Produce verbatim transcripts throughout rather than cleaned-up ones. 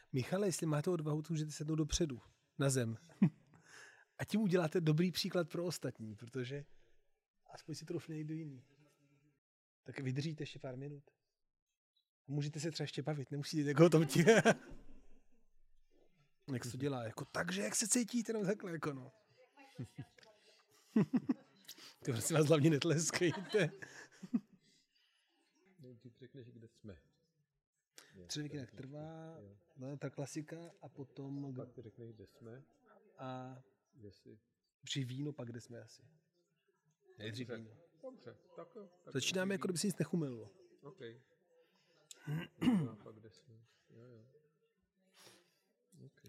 Michale, jestli máte odvahu, to můžete sednout dopředu, na zem. A tím uděláte dobrý příklad pro ostatní, protože aspoň si troufne někdo jiný. Tak vydržíte ještě pár minut. A můžete se třeba ještě bavit, nemusíte jako o tom tí. Jak se to dělá? Jako, takže jak se cítíte? No takhle, jako no. To prostě vás hlavně netleskejte. Ty řekneš, kde jsme. Tři jinak trvá, no, ta klasika a potom... Pak ty řekneš, kde jsme. A Jestli... při víno, pak kde jsme asi. Nejdřív víno. Dobře, tak jo. Tak začínáme, jako kdyby se nic nechumilo. OK. A pak kde jsme. Jo, jo. OK.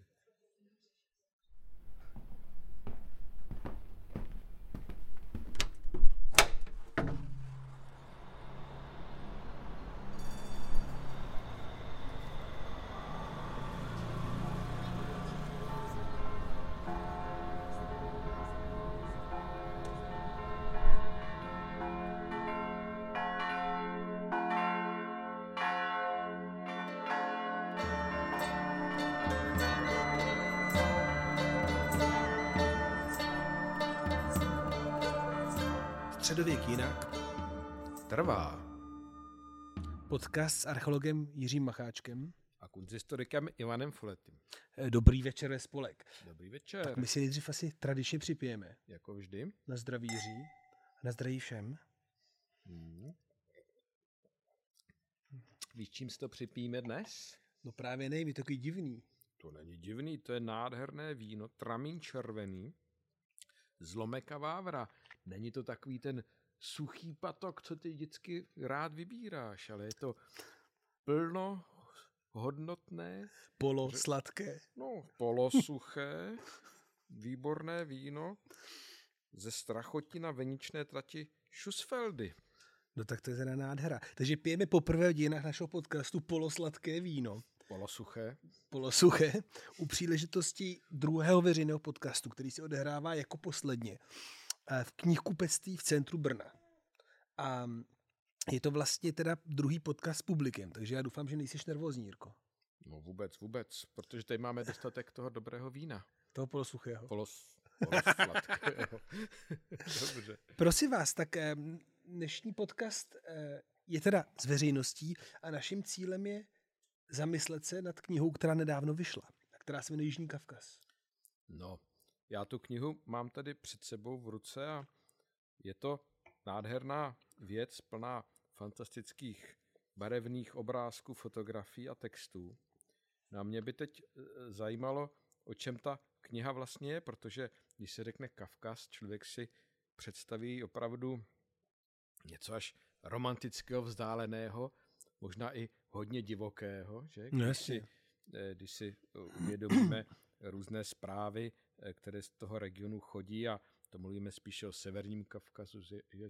Středověk jinak. Trvá. Podcast s archeologem Jiřím Macháčkem. A kunsthistorikem Ivanem Fuletým. Dobrý večer ve spolek. Dobrý večer. Tak my si nejdřív asi tradičně připijeme. Jako vždy. Na zdraví Jiří. Na zdraví všem. Hmm. Víš, čím si to připijeme dnes? No právě nevím, je to takový divný. To není divný, to je nádherné víno, tramín červený, zlomeka vávra. Není to takový ten suchý patok, co ty vždycky rád vybíráš, ale je to plno hodnotné. Polo sladké. No, polosuché, výborné víno ze Strachotina viničné trati Šusfeldy. No tak to je teda nádhera. Takže pijeme poprvé v dějinách našeho podcastu polosladké víno. Polosuché. Polosuché. U příležitosti druhého veřejného podcastu, který se odehrává jako posledně v knihkupectví v centru Brna. A je to vlastně teda druhý podcast s publikem, takže já doufám, že nejsi nervózní, Jirko. No vůbec, vůbec, protože tady máme dostatek toho dobrého vína. Toho polosuchého. Polos, polosladkého. Dobře. Prosím vás, tak dnešní podcast je teda s veřejností a naším cílem je zamyslet se nad knihou, která nedávno vyšla, která se jmenuje Jižní Kavkaz. No, já tu knihu mám tady před sebou v ruce a je to nádherná věc plná fantastických barevných obrázků, fotografií a textů. No a mě by teď zajímalo, o čem ta kniha vlastně je, protože když se řekne Kavkaz, člověk si představí opravdu něco až romantického, vzdáleného, možná i hodně divokého, že? Když, si, když si uvědomíme různé zprávy, které z toho regionu chodí, a to mluvíme spíše o severním Kavkazu,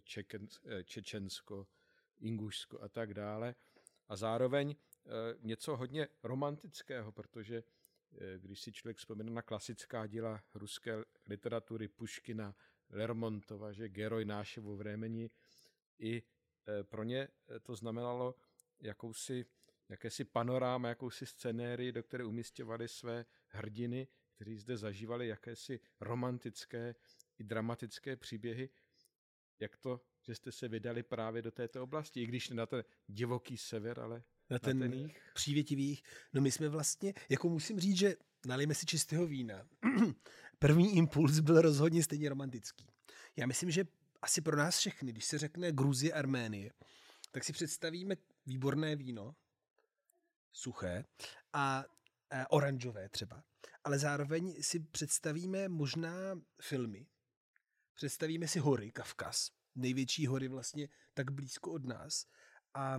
Čečensko, Ingušsko a tak dále. A zároveň něco hodně romantického, protože když si člověk vzpomene na klasická díla ruské literatury Puškina, Lermontova, že Geroj náševo vremeni, i pro ně to znamenalo jakousi, jakési panoráma, jakousi scenérii, do které umístěvali své hrdiny, kteří zde zažívali jakési romantické i dramatické příběhy. Jak to, že jste se vydali právě do této oblasti, i když ne na ten divoký sever, ale na ten, na ten jich? Přívětivých. No my jsme vlastně, jako musím říct, že nalijeme si čistého vína. První impuls byl rozhodně stejně romantický. Já myslím, že asi pro nás všechny, když se řekne Gruzie, Arménie, tak si představíme výborné víno, suché a, a oranžové třeba. Ale zároveň si představíme možná filmy. Představíme si hory, Kavkaz, největší hory vlastně tak blízko od nás. A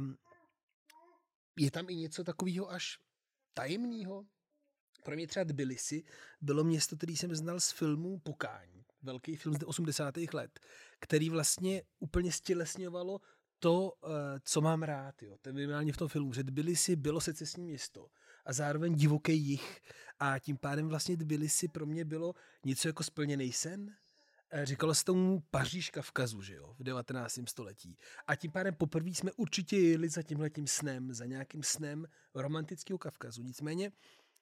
je tam i něco takového až tajemného. Pro mě třeba Tbilisi bylo město, který jsem znal z filmu Pokání. Velký film z osmdesátých let, který vlastně úplně stělesňovalo to, co mám rád. Jo. Ten minimálně v tom filmu, že Tbilisi bylo secesní město a zároveň divoký jih. A tím pádem vlastně Tbilisi pro mě bylo něco jako splněný sen. Říkalo se tomu Paříž Kavkazu, že jo, v devatenáctém století. A tím pádem poprvé jsme určitě jeli za tímhletím snem, za nějakým snem romantického Kavkazu. Nicméně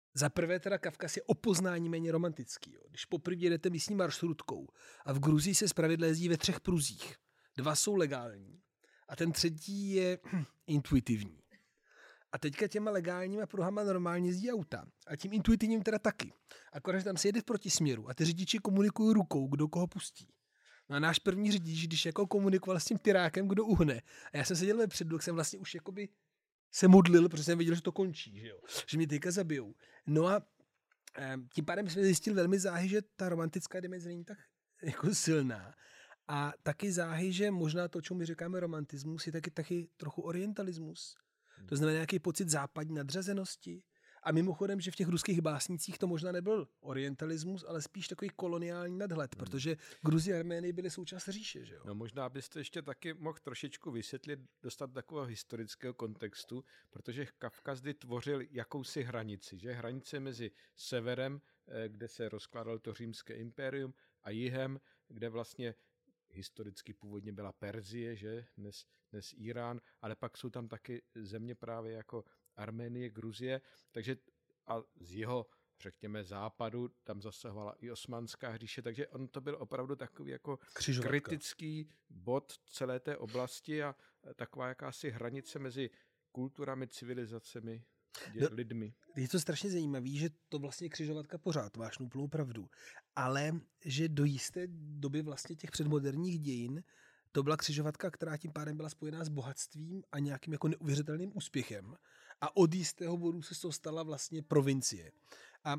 za prvé teda Kavkaz je o poznání méně romantický. Jo. Když poprvé jdete místní maršrutkou a v Gruzii se zpravidla jezdí ve třech pruzích. Dva jsou legální a ten třetí je intuitivní. A teďka těma legálníma pruhama normálně jezdí auta. A tím intuitivním teda taky. Akorát, že tam se jede v protisměru a ty řidiči komunikují rukou, kdo koho pustí. No a náš první řidič, když jako komunikoval s tím tyrákem, kdo uhne. A já jsem seděl vepředu, tak jsem vlastně už jakoby se modlil, protože jsem viděl, že to končí, že jo? Že mě teďka zabijou. No a tím pádem jsme zjistili velmi záhy, že ta romantická dimenze není tak jako silná. A taky záhy, že možná to, čemu my říkáme romantismus, je taky, taky trochu orientalismus. To znamená nějaký pocit západní nadřazenosti. A mimochodem, že v těch ruských básnicích to možná nebyl orientalismus, ale spíš takový koloniální nadhled, hmm. protože Gruzie a Arménie byly součást říše. Že jo? No možná byste ještě taky mohl trošičku vysvětlit, dostat takového historického kontextu, protože Kavkaz tvořil jakousi hranici, že hranice mezi severem, kde se rozkládalo to římské impérium, a jihem, kde vlastně historicky původně byla Perzie, že dnes, dnes Irán, ale pak jsou tam taky země právě jako Arménie, Gruzie, takže a z jeho, řekněme, západu tam zasahovala i Osmanská říše, takže on to byl opravdu takový jako křižovatka. Kritický bod celé té oblasti a taková jakási hranice mezi kulturami, civilizacemi, no, lidmi. Je to strašně zajímavé, že to vlastně křižovatka pořád, máš úplnou pravdu, ale že do jisté doby vlastně těch předmoderních dějin to byla křižovatka, která tím pádem byla spojená s bohatstvím a nějakým jako neuvěřitelným úspěchem. A od jistého bodu se to stala vlastně provincie. A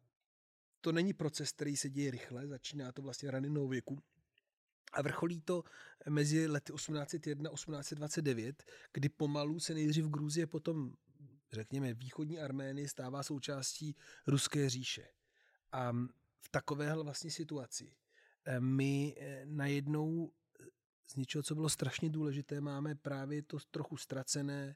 to není proces, který se děje rychle, začíná to vlastně rany novověku. A vrcholí to mezi lety osmnáct set jedna a osmnáct set dvacet devět, kdy pomalu se nejdřív Gruzie, potom řekněme východní Arménie stává součástí Ruské říše. A v takovéhle vlastně situaci my najednou z něčeho, co bylo strašně důležité, máme právě to trochu ztracené,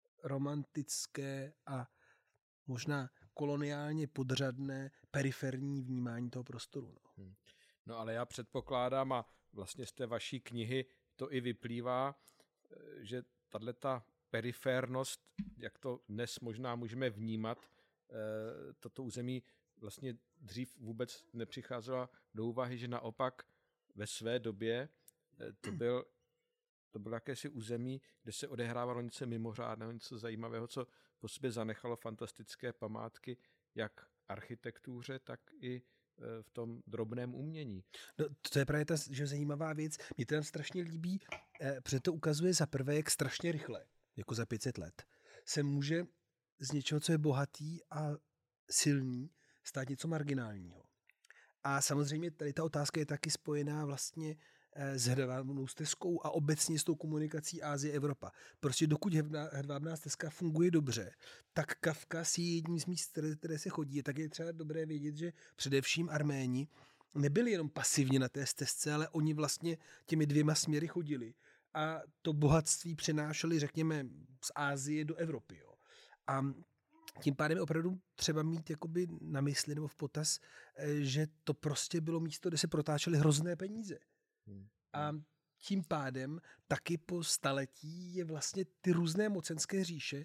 romantické a možná koloniálně podřadné periferní vnímání toho prostoru. No, hmm. no ale já předpokládám, a vlastně z té vaší knihy to i vyplývá, že tato periférnost, jak to dnes možná můžeme vnímat, toto území vlastně dřív vůbec nepřicházela do úvahy, že naopak ve své době to byl, to byl jakési území, kde se odehrávalo něco mimořádného, něco zajímavého, co po sobě zanechalo fantastické památky, jak architektuře, tak i v tom drobném umění. No, to je právě ta že zajímavá věc. Mě to tam strašně líbí, eh, protože to ukazuje za prvé, jak strašně rychle, jako za pět set let, se může z něčeho, co je bohatý a silný, stát něco marginálního. A samozřejmě tady ta otázka je taky spojená vlastně s hedvábnou stezkou a obecně s tou komunikací Ázie-Evropa. Prostě dokud hedvábná stezka funguje dobře, tak Kavkaz je jedním z míst, které, které se chodí. Tak je třeba dobré vědět, že především Arméni nebyli jenom pasivně na té stezce, ale oni vlastně těmi dvěma směry chodili. A to bohatství přenášeli, řekněme, z Ázie do Evropy. Jo. A tím pádem je opravdu třeba mít jakoby na mysli nebo v potaz, že to prostě bylo místo, kde se protáčely hrozné peníze. Hmm. A tím pádem taky po staletí je vlastně ty různé mocenské říše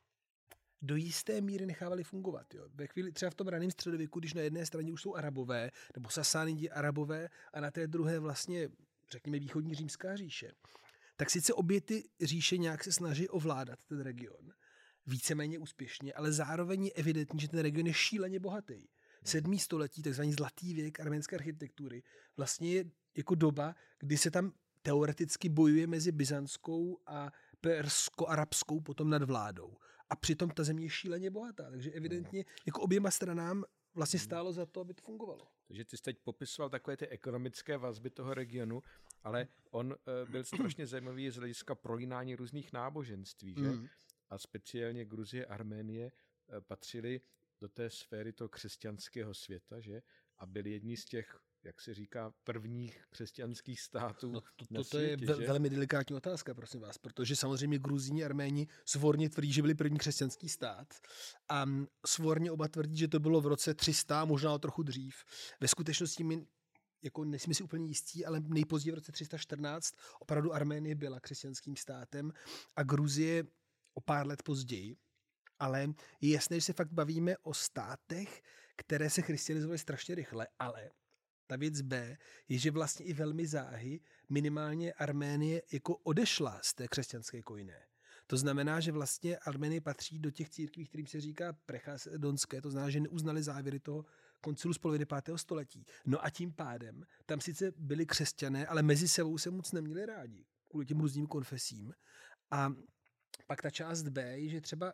do jisté míry nechávaly fungovat. Jo. Ve chvíli třeba v tom raném středověku, když na jedné straně už jsou Arabové, nebo Sasánidi Arabové a na té druhé vlastně, řekněme, východní římská říše, tak sice obě ty říše nějak se snaží ovládat ten region, víceméně úspěšně, ale zároveň je evidentní, že ten region je šíleně bohatý. Sedmý století, takzvaný zlatý věk arménské architektury, vlastně je jako doba, kdy se tam teoreticky bojuje mezi byzantskou a persko-arabskou potom nadvládou. A přitom ta země je šíleně bohatá, takže evidentně jako oběma stranám vlastně stálo za to, aby to fungovalo. Takže ty jsi teď popisoval takové ty ekonomické vazby toho regionu, ale on uh, byl strašně zajímavý z hlediska prolínání různých náboženství, že? Mm. A speciálně Gruzie, Arménie uh, patřili do té sféry toho křesťanského světa, že? A byli jedni z těch, jak se říká, prvních křesťanských států no to, na to, to světě, je ve, velmi delikátní otázka, prosím vás, protože samozřejmě Gruzíni, Arméni svorně tvrdí, že byli první křesťanský stát a svorně oba tvrdí, že to bylo v roce tři sta, možná o trochu dřív. Ve skutečnosti my jako nejsme si úplně jistí, ale nejpozději v roce tři sta čtrnáct opravdu Arménie byla křesťanským státem a Gruzie o pár let později. Ale je jasné, že se fakt bavíme o státech, které se christianizovaly strašně rychle, ale ta věc B je, že vlastně i velmi záhy minimálně Arménie jako odešla z té křesťanské kojné. To znamená, že vlastně Arménie patří do těch církví, kterým se říká prechalcedonské, to znamená, že neuznali závěry toho koncilu z poloviny pátého století. No a tím pádem tam sice byli křesťané, ale mezi sebou se moc neměli rádi kvůli těm různým konfesím. A pak ta část B je, že třeba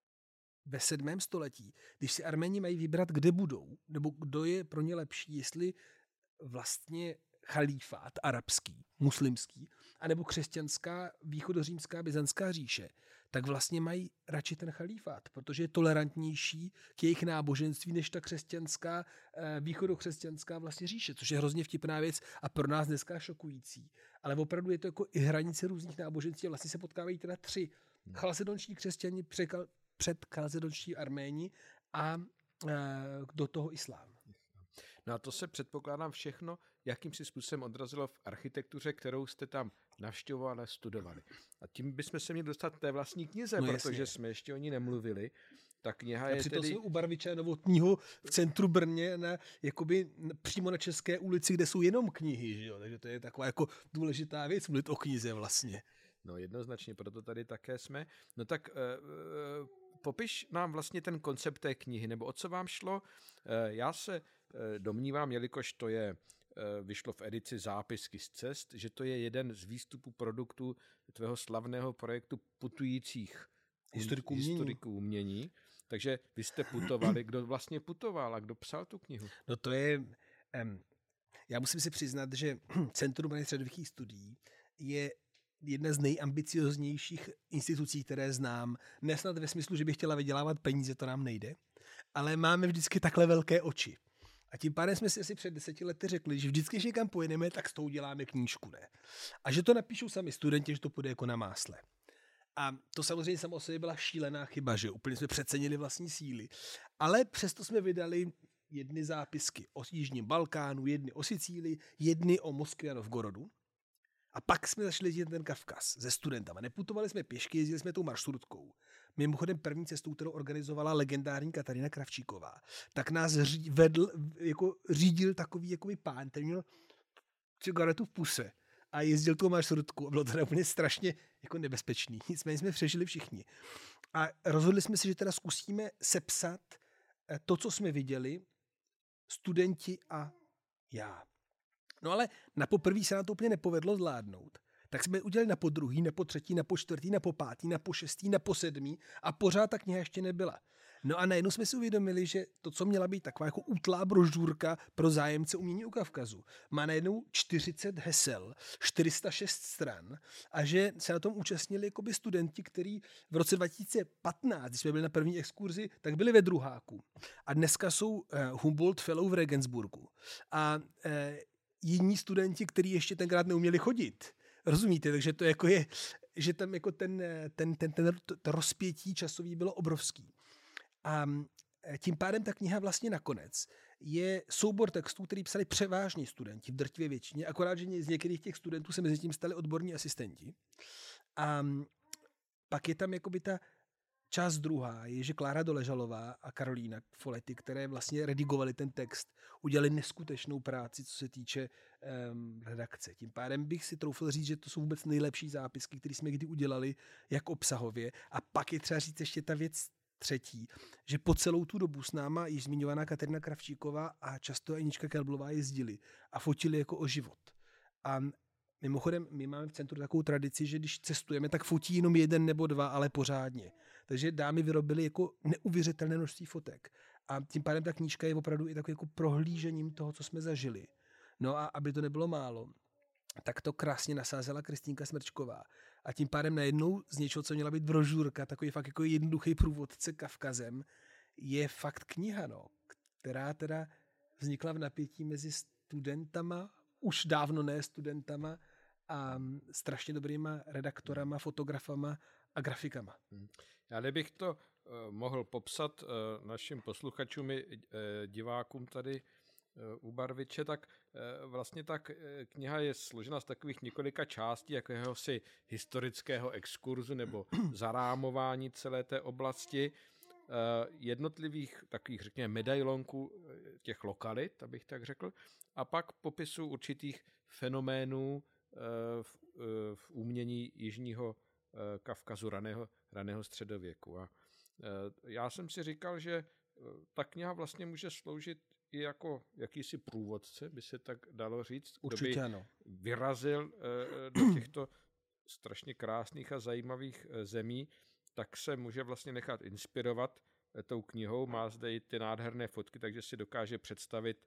ve sedmém století, když si Arméni mají vybrat, kde budou, nebo kdo je pro ně lepší, jestli vlastně chalífát arabský, muslimský, anebo křesťanská východořímská byzantská říše, tak vlastně mají radši ten chalífát, protože je tolerantnější k jejich náboženství než ta křesťanská, východokřesťanská vlastně říše, což je hrozně vtipná věc a pro nás dneska šokující. Ale opravdu je to jako i hranice různých náboženství a vlastně se potkávají teda tři chalcedonští křesťani, před chalcedonští Arméni a do toho islám. No a to se předpokládám všechno, jakým si způsobem odrazilo v architektuře, kterou jste tam navštěvovali a studovali. A tím bychom se měli dostat k té vlastní knize, no protože jasně. jsme ještě o ní nemluvili. Ta kniha je přitom tedy... jsme u Barviče Novotního v centru Brně, na, jakoby přímo na České ulici, kde jsou jenom knihy, že jo? Takže to je taková jako důležitá věc, mluvit o knize vlastně. No jednoznačně, proto tady také jsme. No tak uh, uh, popiš nám vlastně ten koncept té knihy, nebo o co vám šlo. Uh, já se uh, domnívám, jelikož to je uh, vyšlo v edici Zápisky z cest, že to je jeden z výstupů produktů tvého slavného projektu putujících historiků, historiků umění. Takže vy jste putovali. Kdo vlastně putoval a kdo psal tu knihu? No to je... Um, já musím si přiznat, že Centrum středověkých studií je jedna z nejambicioznějších institucí, které znám. Nesnad ve smyslu, že bych chtěla vydělávat peníze, to nám nejde, ale máme vždycky takhle velké oči. A tím pádem jsme si asi před deseti lety řekli, že vždycky, když někam pojedeme, tak s tou děláme knížku, ne? A že to napíšou sami studenti, že to půjde jako na másle. A to samozřejmě samo o sobě byla šílená chyba, že úplně jsme přecenili vlastní síly. Ale přesto jsme vydali jedny zápisky o Jižním Balkánu, jedny o Sicílii, jedny o Moskvě a Novgorodu. A pak jsme začali jezdit ten Kavkaz se studentama. Neputovali jsme pěšky, jezdili jsme tou maršrutkou. Mimochodem první cestou, kterou organizovala legendární Katarina Kravčíková, tak nás ří, vedl, jako řídil takový jakoby pán, který měl cigaretu v puse a jezdil tou maršrutku. Bylo to úplně strašně jako nebezpečný. Nicméně jsme přežili všichni. A rozhodli jsme si, že teda zkusíme sepsat to, co jsme viděli, studenti a já. No ale na poprvý se nám to úplně nepovedlo zvládnout. Tak jsme udělali na podruhý, na potřetí, na počtvrtý, na popátý, na pošestý, na posedmý a pořád ta kniha ještě nebyla. No a najednou jsme si uvědomili, že to, co měla být taková jako útlá brožurka pro zájemce umění u Kavkazu, má najednou čtyřicet hesel, čtyři sta šest stran a že se na tom účastnili jakoby studenti, kteří v roce dva tisíce patnáct, když jsme byli na první exkurzi, tak byli ve druháku. A dneska jsou uh, Humboldt Fellow v Regensburgu. A uh, jiní studenti, kteří ještě tenkrát neuměli chodit. Rozumíte? Takže to jako je, že tam jako ten, ten, ten, ten to rozpětí časový bylo obrovský. A tím pádem ta kniha vlastně nakonec je soubor textů, který psali převážně studenti v drtivé většině, akorát, že z některých těch studentů se mezi tím stali odborní asistenti. A pak je tam jakoby ta část druhá, je, že Klára Doležalová a Karolína Folety, které vlastně redigovali ten text, udělali neskutečnou práci, co se týče um, redakce. Tím pádem bych si troufil říct, že to jsou vůbec nejlepší zápisky, které jsme kdy udělali, jak obsahově. A pak je třeba říct ještě ta věc třetí, že po celou tu dobu s náma již zmiňovaná Kateřina Kravčíková a často Anička Kelblová jezdili a fotili jako o život. A mimochodem, my máme v centru takovou tradici, že když cestujeme, tak fotí jenom jeden nebo dva, ale pořádně. Takže dámy vyrobily jako neuvěřitelné množství fotek. A tím pádem ta knížka je opravdu i takovým jako prohlížením toho, co jsme zažili. No a aby to nebylo málo, tak to krásně nasázela Kristýnka Smrčková. A tím pádem najednou z něčeho, co měla být brožurka, takový fakt jako jednoduchý průvodce Kavkazem, je fakt kniha, no, která teda vznikla v napětí mezi studentama, už dávno ne studentama, a strašně dobrýma redaktorama, fotografama a grafikama. Já kdybych to uh, mohl popsat uh, našim posluchačům i uh, divákům tady uh, u Barviče, tak uh, vlastně ta kniha je složena z takových několika částí, jakéhosi historického exkurzu nebo zarámování celé té oblasti. jednotlivých takových, řekněme, medailonků těch lokalit, abych tak řekl, a pak popisu určitých fenoménů v, v umění jižního Kavkazu raného, raného středověku. A já jsem si říkal, že ta kniha vlastně může sloužit i jako jakýsi průvodce, by se tak dalo říct, Určitě kdo by ano. vyrazil do těchto strašně krásných a zajímavých zemí, tak se může vlastně nechat inspirovat tou knihou. Má zde i ty nádherné fotky, takže si dokáže představit,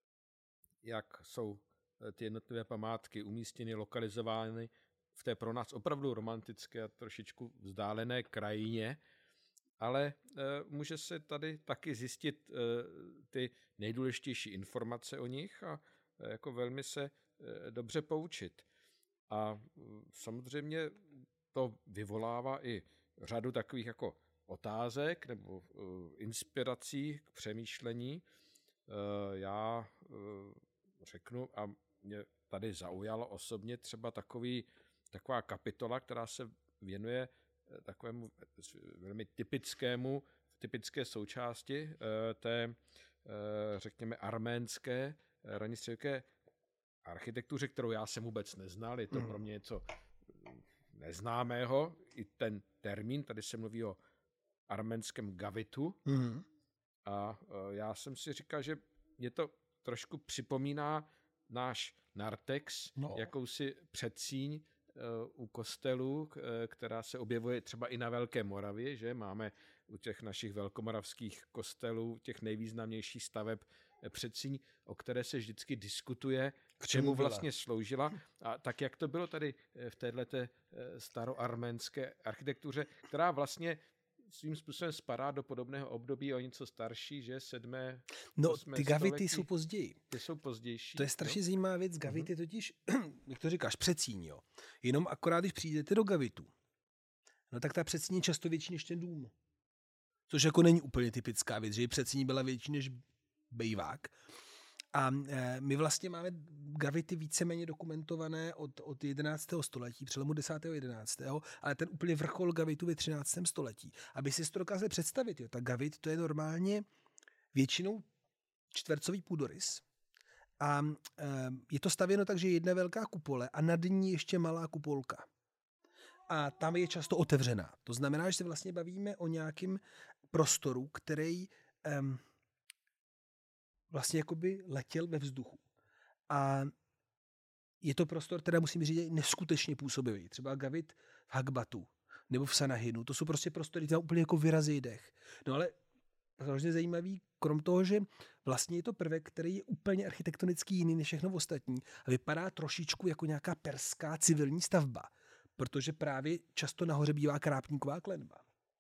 jak jsou ty jednotlivé památky umístěny, lokalizovány v té pro nás opravdu romantické a trošičku vzdálené krajině, ale e, může se tady taky zjistit e, ty nejdůležitější informace o nich a e, jako velmi se e, dobře poučit. A e, samozřejmě to vyvolává i řadu takových jako otázek nebo e, inspirací k přemýšlení. E, já e, řeknu, a mě tady zaujalo osobně třeba takový, taková kapitola, která se věnuje takovému velmi typickému, typické součásti té, řekněme, arménské raně středověké architektuře, kterou já jsem vůbec neznal. Je to pro mě něco neznámého. I ten termín, tady se mluví o arménském gavitu. Mm. A já jsem si říkal, že mě to trošku připomíná náš nartex, no. Jakousi předsíň u kostelů, která se objevuje třeba i na Velké Moravě, že máme u těch našich velkomoravských kostelů, těch nejvýznamnějších staveb předsíň, o které se vždycky diskutuje, k čemu vlastně sloužila. A tak, jak to bylo tady v této staroarménské architektuře, která vlastně svým způsobem spadá do podobného období, o něco starší, že sedmé, No, ty gavity jsou později. Ty jsou pozdější. To je strašně jo? zajímavá věc. Gavity uh-huh. totiž, jak to říkáš, předsíň, jo. Jenom akorát, když přijdete do gavitu, no tak ta předsíň je často větší než ten dům. Což jako není úplně typická věc, že i předsíň byla větší než bejvák. A e, my vlastně máme gavity víceméně dokumentované od, od jedenáctého století, přelomu desátého a jedenáctého ale ten úplně vrchol gavitu ve třináctém století. Aby si to dokázali představit, jo, ta gavit to je normálně většinou čtvercový půdorys a e, je to stavěno tak, že je jedna velká kupole a nad ní ještě malá kupolka. A tam je často otevřená. To znamená, že se vlastně bavíme o nějakém prostoru, který E, vlastně jakoby letěl ve vzduchu. A je to prostor, teda musím říct, neskutečně působivý. Třeba gavit v Hagbatu nebo v Sanahinu. To jsou prostě prostory, které úplně jako vyrazí dech. No ale hrozně zajímavý, krom toho, že vlastně je to prvek, který je úplně architektonicky jiný než všechno ostatní a vypadá trošičku jako nějaká perská civilní stavba, protože právě často nahoře bývá krápníková klenba.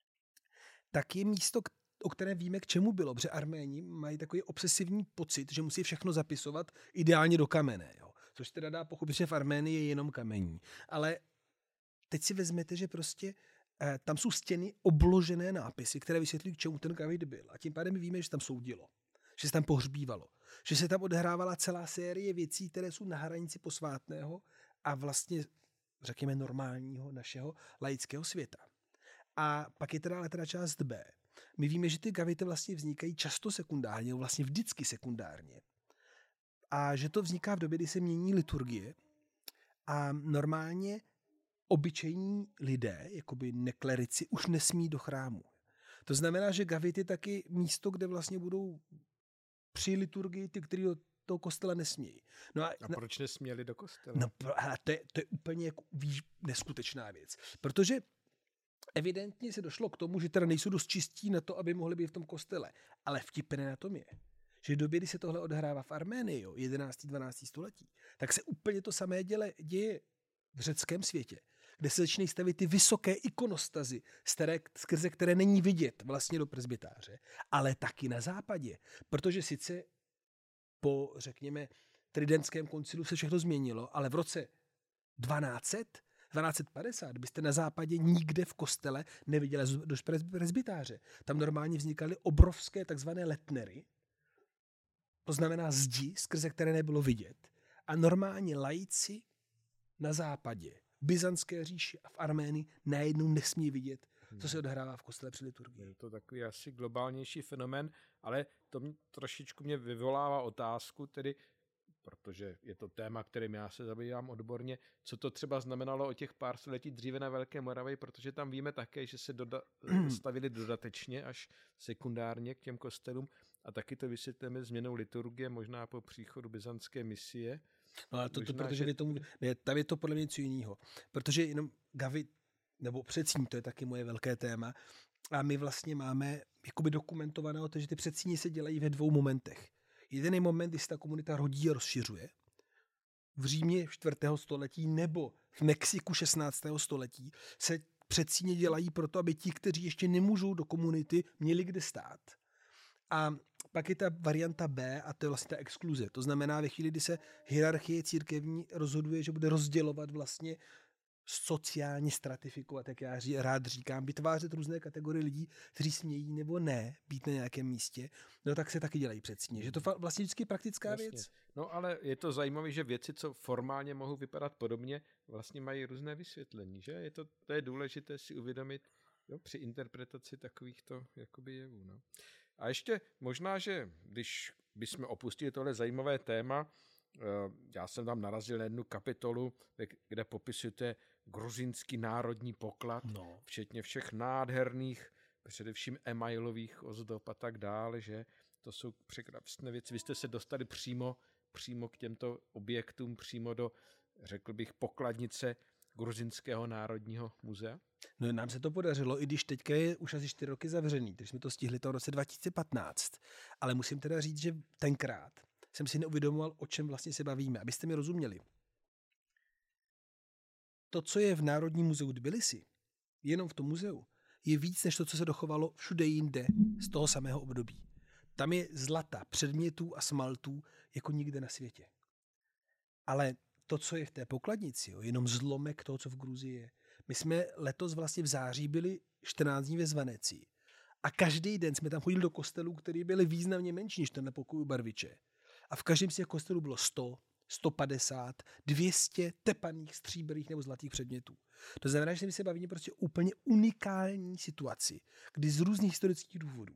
Tak je místo, o kterém víme, k čemu bylo, protože Arméni mají takový obsesivní pocit, že musí všechno zapisovat ideálně do kamene, jo. Což teda dá pochopit, že v Arménii je jenom kamení. Ale teď si vezmete, že prostě eh, tam jsou stěny obložené nápisy, které vysvětlují, k čemu ten gavit byl. A tím pádem my víme, že tam soudilo, že se tam pohřbívalo, že se tam odehrávala celá série věcí, které jsou na hranici posvátného a vlastně, řekněme, normálního našeho laického světa. A pak je teda ale teda část B. My víme, že ty gavity vlastně vznikají často sekundárně, vlastně vždycky sekundárně. A že to vzniká v době, kdy se mění liturgie a normálně obyčejní lidé, jakoby neklerici, už nesmí do chrámu. To znamená, že gavit je taky místo, kde vlastně budou při liturgii ty, kteří do toho kostela nesmějí. No a, a proč nesměli do kostela? No a to je, to je úplně jako, víš, neskutečná věc. Protože evidentně se došlo k tomu, že teda nejsou dost čistí na to, aby mohli být v tom kostele. Ale vtipné na tom je, že v době, kdy se tohle odehrává v Arménii, jedenáctého dvanáctého století, tak se úplně to samé děle, děje v řeckém světě, kde se začínají stavit ty vysoké ikonostazy, staré, skrze které není vidět vlastně do presbytáře, ale taky na západě. Protože sice po, řekněme, tridentském koncilu se všechno změnilo, ale v roce dvanáct set, dvanáct set padesát byste na západě nikde v kostele neviděli do presbytáře. Tam normálně vznikaly obrovské takzvané letnery, to znamená zdi, skrze které nebylo vidět. A normálně laici na západě, v Byzantské říši a v Arménii najednou nesmí vidět co se odehrává v kostele při liturgii. Je to takový asi globálnější fenomén, ale to mě, trošičku mě vyvolává otázku, tedy, protože je to téma, kterým já se zabývám odborně, co to třeba znamenalo o těch pár století dříve na Velké Moravě, protože tam víme také, že se doda- stavili dodatečně až sekundárně k těm kostelům a taky to vysvětlíme změnou liturgie, možná po příchodu byzantské misie. No ale to, možná, to protože že... vy tomu, ne, tam je to podle mě něco jiného. Protože jenom Gavi, nebo předsíň, to je taky moje velké téma, a my vlastně máme jakoby dokumentované to, že ty předsíně se dělají ve dvou momentech. Jeden je moment, kdy se ta komunita rodí a rozšiřuje. V Římě čtvrtého století nebo v Mexiku šestnáctého století se předsíně dělají proto, aby ti, kteří ještě nemůžou do komunity, měli kde stát. A pak je ta varianta B a to je vlastně ta exkluze. To znamená, ve chvíli, kdy se hierarchie církevní rozhoduje, že bude rozdělovat vlastně sociálně stratifikovat, jak já rád říkám, vytvářet různé kategorie lidí, kteří smějí nebo ne být na nějakém místě, no tak se taky dělají předsíně. Že to vlastně vždycky praktická Jasně. věc. No ale je to zajímavé, že věci, co formálně mohou vypadat podobně, vlastně mají různé vysvětlení, že? Je to, to je důležité si uvědomit, jo, při interpretaci takovýchto jakoby jevů. No. A ještě možná, že když bychom opustili tohle zajímavé téma, já jsem tam narazil na jednu kapitolu, kde popisujete gruzínský národní poklad, no. Včetně všech nádherných, především emailových ozdob a tak dále, že to jsou překrásné věci. Vy jste se dostali přímo, přímo k těmto objektům, přímo do, řekl bych, pokladnice Gruzínského národního muzea? No nám se to podařilo, i když teďka je už asi čtyři roky zavřený, když jsme to stihli to v roce dva tisíce patnáct, ale musím teda říct, že tenkrát jsem si neuvědomoval, o čem vlastně se bavíme, abyste mi rozuměli. To, co je v Národním muzeu Tbilisi, jenom v tom muzeu, je víc než to, co se dochovalo všude jinde z toho samého období. Tam je zlata, předmětů a smaltů jako nikde na světě. Ale to, co je v té pokladnici, jo, jenom zlomek toho, co v Gruzii je. My jsme letos vlastně v září byli čtrnáct dní ve Zvaneci a každý den jsme tam chodili do kostelů, které byly významně menší než ten na pokoju Barviče. A v každém z těch kostelů bylo sto, sto padesát, dvě stě tepaných stříbrných nebo zlatých předmětů. To znamená, že my se bavíme prostě úplně unikální situaci, kdy z různých historických důvodů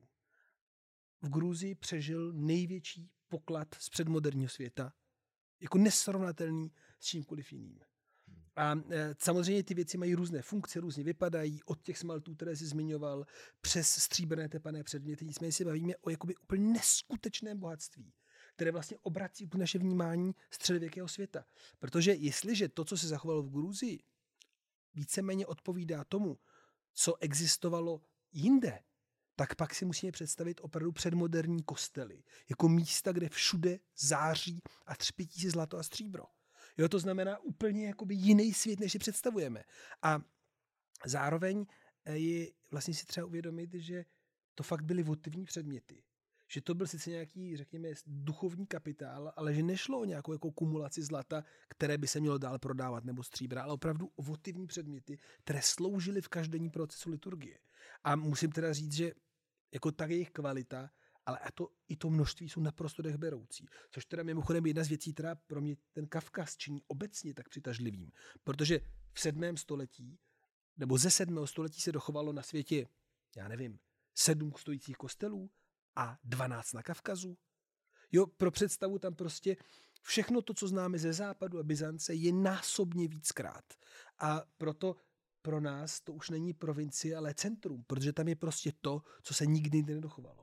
v Gruzii přežil největší poklad z předmoderního světa, jako nesrovnatelný s čímkoliv jiným. A e, samozřejmě ty věci mají různé funkce, různě vypadají, od těch smaltů, které jsi zmiňoval, přes stříbrné tepané předměty. Nicméně si bavíme o jakoby úplně neskutečném bohatství, které vlastně obrací naše vnímání středověkého světa. Protože jestliže to, co se zachovalo v Gruzii, víceméně odpovídá tomu, co existovalo jinde, tak pak si musíme představit opravdu předmoderní kostely, jako místa, kde všude září a třpití si zlato a stříbro. Jo, to znamená úplně jakoby jiný svět, než si představujeme. A zároveň je vlastně si třeba uvědomit, že to fakt byly votivní předměty. Že to byl sice nějaký, řekněme, duchovní kapitál, ale že nešlo o nějakou jako kumulaci zlata, které by se mělo dál prodávat, nebo stříbra, ale opravdu o votivní předměty, které sloužily v každodenním procesu liturgie. A musím teda říct, že jako tak jejich kvalita, ale a to, i to množství jsou naprosto dechberoucí. Což teda mimochodem jedna z věcí, která pro mě ten Kavkaz činí obecně tak přitažlivým. Protože v sedmém století, nebo ze sedmého století se dochovalo na světě, já nevím, sedm stojících kostelů a dvanáct na Kavkazu. Jo, pro představu tam prostě všechno to, co známe ze západu a Byzance, je násobně víckrát. A proto pro nás to už není provincie, ale centrum, protože tam je prostě to, co se nikdy nedochovalo.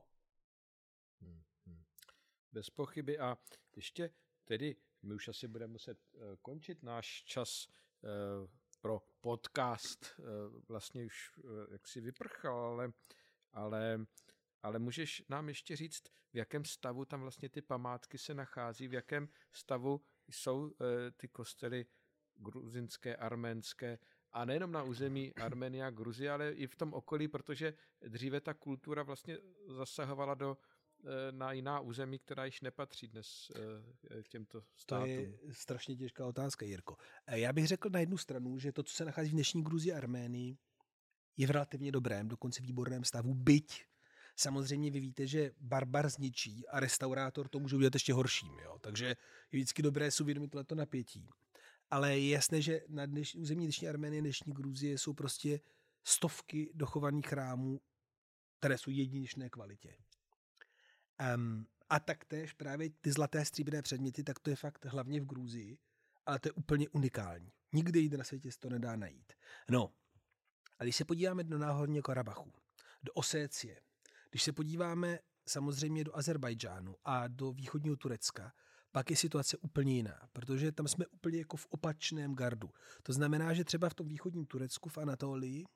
Hmm, hmm. Bez pochyby. A ještě tedy, my už asi budeme muset uh, končit náš čas uh, pro podcast. Uh, vlastně už uh, jaksi vyprchal, ale, ale, ale můžeš nám ještě říct, v jakém stavu tam vlastně ty památky se nachází, v jakém stavu jsou uh, ty kostely gruzinské, arménské, a nejenom na území Arménie a Gruzie, ale i v tom okolí, protože dříve ta kultura vlastně zasahovala do, na jiná území, která již nepatří dnes těmto státům. To je strašně těžká otázka, Jirko. Já bych řekl na jednu stranu, že to, co se nachází v dnešní Gruzii a Arménii, je v relativně dobrém, dokonce výborném stavu, byť samozřejmě vy víte, že barbar zničí a restaurátor to může udělat ještě horším. Jo? Takže je vždycky dobré si uvědomit tohleto napětí. Ale je jasné, že na dnešní, území dnešní Arménie, dnešní Gruzie jsou prostě stovky dochovaných chrámů, které jsou jedinečné kvalitě. Um, a taktéž právě ty zlaté stříbrné předměty, tak to je fakt hlavně v Gruzii, ale to je úplně unikální. Nikde jinde na světě se to nedá najít. No, a když se podíváme do Náhorního Karabachu, do Osécie, když se podíváme samozřejmě do Azerbajdžánu a do východního Turecka, pak je situace úplně jiná, protože tam jsme úplně jako v opačném gardu. To znamená, že třeba v tom východním Turecku, v Anatolii,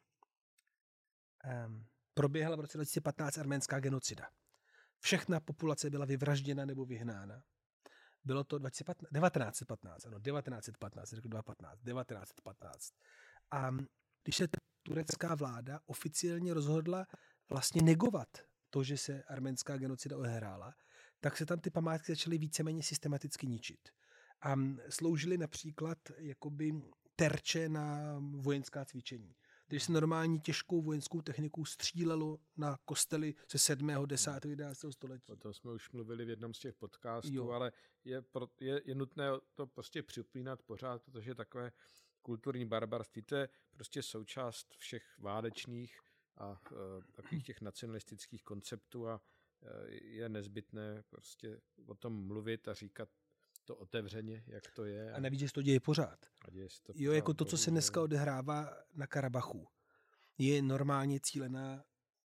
um, proběhla v roce dva tisíce patnáct arménská genocida. Všechna populace byla vyvražděna nebo vyhnána. Bylo to devatenáct set patnáct, ano, devatenáct set patnáct, řekl dva tisíce patnáct, devatenáct set patnáct. A když se turecká vláda oficiálně rozhodla vlastně negovat to, že se arménská genocida odehrála, tak se tam ty památky začaly víceméně systematicky ničit. A sloužily například jakoby terče na vojenská cvičení. Když se normální těžkou vojenskou technikou střílelo na kostely ze sedmého, desátého, jedenáctého století. O tom jsme už mluvili v jednom z těch podcastů, Jo. ale je, pro, je, je nutné to prostě připomínat pořád, protože takové kulturní barbarství, to je prostě součást všech válečných a e, takových těch nacionalistických konceptů a e, je nezbytné prostě o tom mluvit a říkat to otevřeně, jak to je. A navíc, že se to děje pořád. A děje se to Jo, pořád, jako to, co se dneska odehrává na Karabachu, je normálně cílená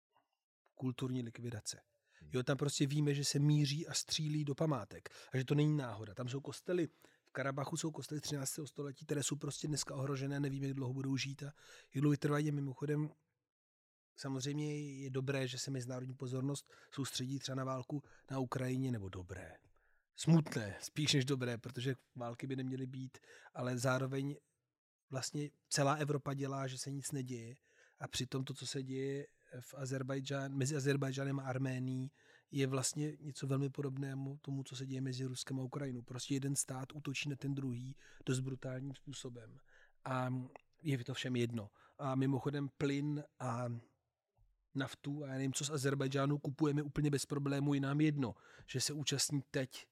kulturní likvidace. Jo, tam prostě víme, že se míří a střílí do památek. A že to není náhoda. Tam jsou kostely, v Karabachu jsou kostely třináctého století, které jsou prostě dneska ohrožené, nevíme, jak dlouho budou žít a jak dlouho trvají. Mimochodem, samozřejmě je dobré, že se mezinárodní pozornost soustředí třeba na válku na Ukrajině, nebo dobré. Smutné, spíš než dobré, protože války by neměly být, ale zároveň vlastně celá Evropa dělá, že se nic neděje a přitom to, co se děje v Azerbajdžán, mezi Azerbajdžánem a Arménií, je vlastně něco velmi podobného tomu, co se děje mezi Ruskem a Ukrajinou. Prostě jeden stát útočí na ten druhý dost brutálním způsobem a je to všem jedno. A mimochodem plyn a naftu a já nevím, co z Azerbajdžánu kupujeme úplně bez problémů, je nám jedno, že se účastní teď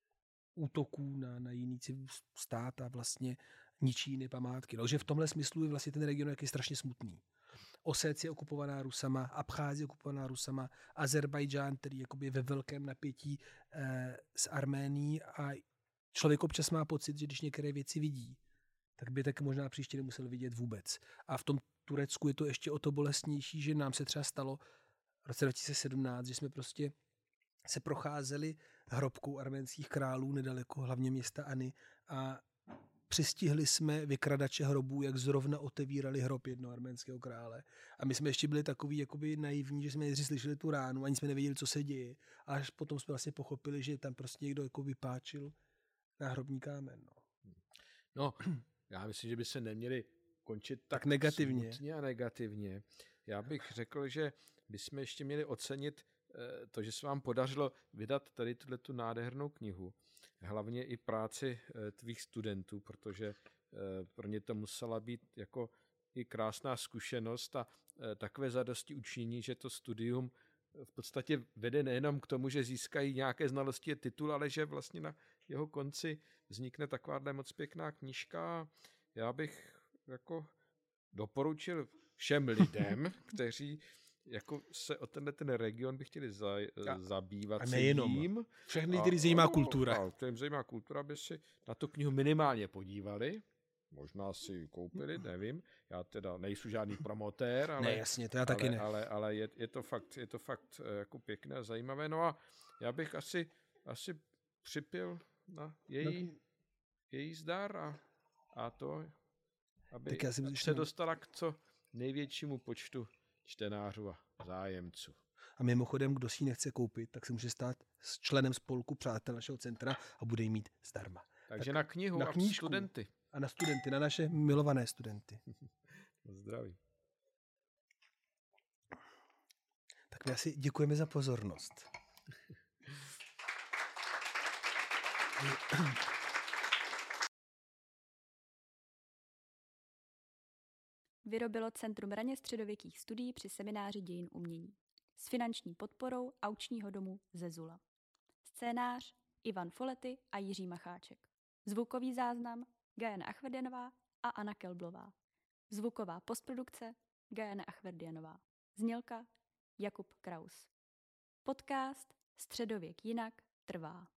útoků na, na jiný stát a vlastně ničí jiné památky. Takže v tomhle smyslu je vlastně ten region jaký strašně smutný. Osécie je okupovaná Rusama, Abcházie je okupovaná Rusama, Azerbajdžán, který jakoby ve velkém napětí eh, s Arménií a člověk občas má pocit, že když některé věci vidí, tak by tak možná příště nemusel vidět vůbec. A v tom Turecku je to ještě o to bolestnější, že nám se třeba stalo v roce dva tisíce sedmnáct, že jsme prostě se procházeli hrobkou arménských králů nedaleko hlavně města Ani a přistihli jsme vykradače hrobů, jak zrovna otevírali hrob jednoho arménského krále. A my jsme ještě byli takový jakoby naivní, že jsme nejdřív slyšeli tu ránu, ani jsme nevěděli, co se děje. A až potom jsme vlastně pochopili, že tam prostě někdo jako vypáčil náhrobní kámen. No. no, já myslím, že by se neměli končit tak, tak negativně. smutně a negativně. Já bych řekl, že bychom ještě měli ocenit to, že se vám podařilo vydat tady tu nádhernou knihu. Hlavně i práci tvých studentů, protože pro ně to musela být jako i krásná zkušenost a takové zadosti učinění, že to studium v podstatě vede nejenom k tomu, že získají nějaké znalosti a titul, ale že vlastně na jeho konci vznikne takováhle moc pěkná knížka. Já bych jako doporučil všem lidem, kteří jako se o tenhle ten region by chtěli za, a, zabývat. A nejenom. Jím. Všechny, který zajímá kultura. A kterým zajímá kultura, by si na tu knihu minimálně podívali. Možná si ji koupili, nevím. Já teda nejsou žádný promotér, ale, ne, jasně, to já ale, taky ne. ale, ale je, je, to fakt, je to fakt jako pěkné a zajímavé. No a já bych asi, asi připil na její, no. její zdar a, a to, aby se dostala k co největšímu počtu čtenářů a zájemců. A mimochodem, kdo si ji nechce koupit, tak se může stát s členem spolku přátel našeho centra a bude ji mít zdarma. Takže tak na knihu na a studenty. A na studenty, na naše milované studenty. Zdraví. Tak my asi děkujeme za pozornost. Vyrobilo Centrum raně středověkých studií při semináři dějin umění s finanční podporou Aukčního domu Zezula. Scénář Ivan Folety a Jiří Macháček. Zvukový záznam Gajana Achvedenová a Anna Kelblová. Zvuková postprodukce Gajána Achverdianová. Znělka Jakub Kraus. Podcast Středověk jinak trvá.